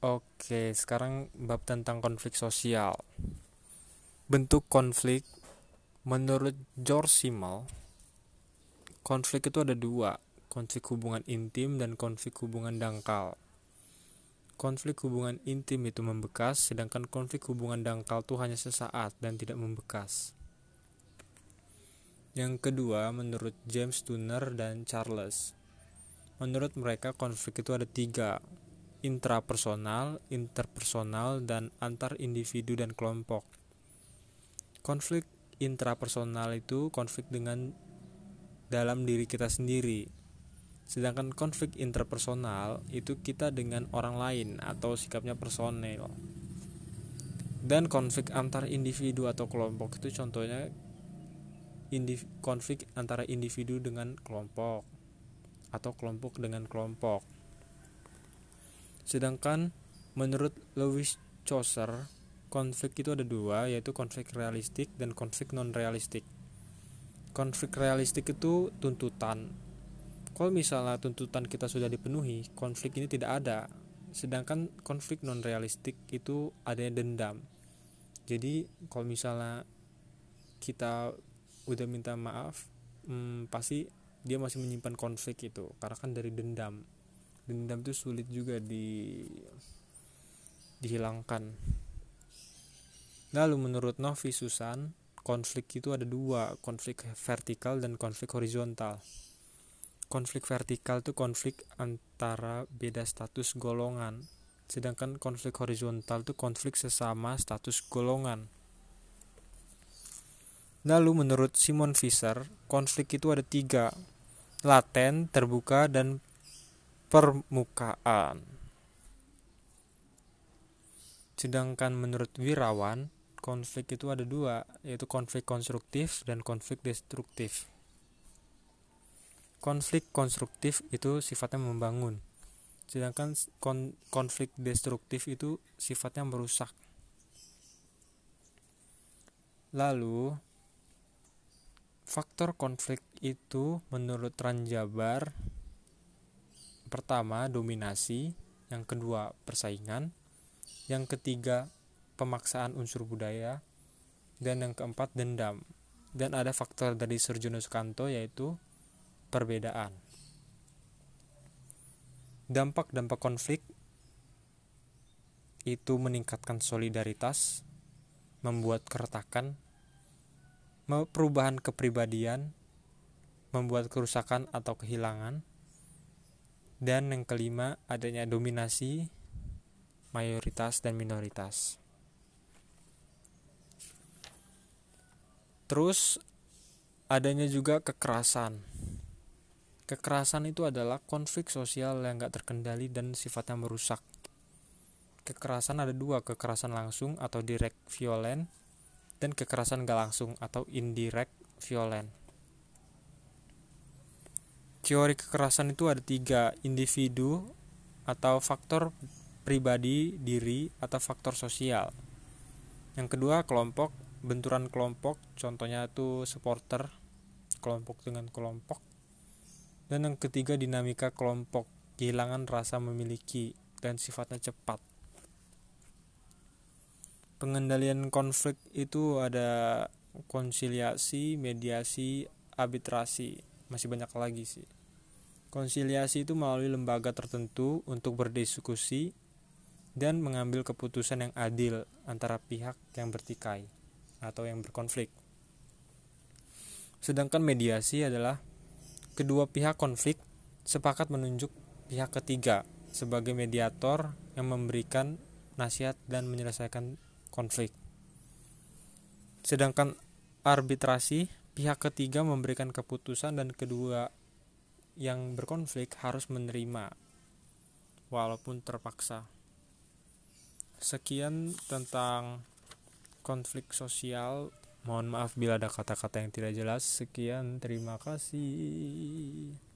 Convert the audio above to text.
Oke, sekarang bab tentang konflik sosial. Bentuk konflik menurut George Simmel, konflik itu ada dua, konflik hubungan intim dan konflik hubungan dangkal. Konflik hubungan intim itu membekas, sedangkan konflik hubungan dangkal itu hanya sesaat dan tidak membekas. Yang kedua, menurut James Turner dan Charles, menurut mereka konflik itu ada tiga, intrapersonal, interpersonal, dan antar individu dan kelompok. Konflik intrapersonal itu konflik dengan dalam diri kita sendiri. Sedangkan konflik interpersonal itu kita dengan orang lain atau sikapnya personel. Dan konflik antar individu atau kelompok itu contohnya konflik antara individu dengan kelompok atau kelompok dengan kelompok. Sedangkan menurut Lewis Chaucer, konflik itu ada dua, yaitu konflik realistik dan konflik non-realistik. Konflik realistik itu tuntutan. Kalau misalnya tuntutan kita sudah dipenuhi, konflik ini tidak ada. Sedangkan konflik non-realistik itu adanya dendam. Jadi kalau misalnya kita udah minta maaf, pasti dia masih menyimpan konflik itu, karena kan dari dendam. Dendam itu sulit juga dihilangkan. Lalu menurut Novi Susan, konflik itu ada dua, konflik vertikal dan konflik horizontal. Konflik vertikal itu konflik antara beda status golongan, sedangkan konflik horizontal itu konflik sesama status golongan. Lalu menurut Simon Fisher, konflik itu ada tiga, laten, terbuka, dan permukaan. Sedangkan menurut Wirawan, konflik itu ada dua, yaitu konflik konstruktif dan konflik destruktif. Konflik konstruktif itu sifatnya membangun, sedangkan konflik destruktif itu sifatnya merusak. Lalu faktor konflik itu menurut Ranjabar, pertama dominasi, yang kedua persaingan, yang ketiga pemaksaan unsur budaya, dan yang keempat dendam. Dan ada faktor dari Surjono Sukanto, yaitu perbedaan. Dampak-dampak konflik itu meningkatkan solidaritas, membuat keretakan, perubahan kepribadian, membuat kerusakan atau kehilangan, dan yang kelima adanya dominasi, mayoritas dan minoritas. Terus adanya juga kekerasan. Kekerasan itu adalah konflik sosial yang gak terkendali dan sifatnya merusak. Kekerasan ada dua, kekerasan langsung atau direct violent, dan kekerasan gak langsung atau indirect violent. Teori kekerasan itu ada tiga, individu atau faktor pribadi diri atau faktor sosial. Yang kedua kelompok, benturan kelompok, contohnya itu supporter, kelompok dengan kelompok. Dan yang ketiga dinamika kelompok, kehilangan rasa memiliki dan sifatnya cepat. Pengendalian konflik itu ada konsiliasi, mediasi, arbitrasi, masih banyak lagi sih. Konsiliasi itu melalui lembaga tertentu untuk berdiskusi dan mengambil keputusan yang adil antara pihak yang bertikai atau yang berkonflik. Sedangkan mediasi adalah kedua pihak konflik sepakat menunjuk pihak ketiga sebagai mediator yang memberikan nasihat dan menyelesaikan konflik. Sedangkan arbitrasi, pihak ketiga memberikan keputusan dan kedua yang berkonflik harus menerima walaupun terpaksa. Sekian tentang konflik sosial. Mohon maaf bila ada kata-kata yang tidak jelas. Sekian, terima kasih.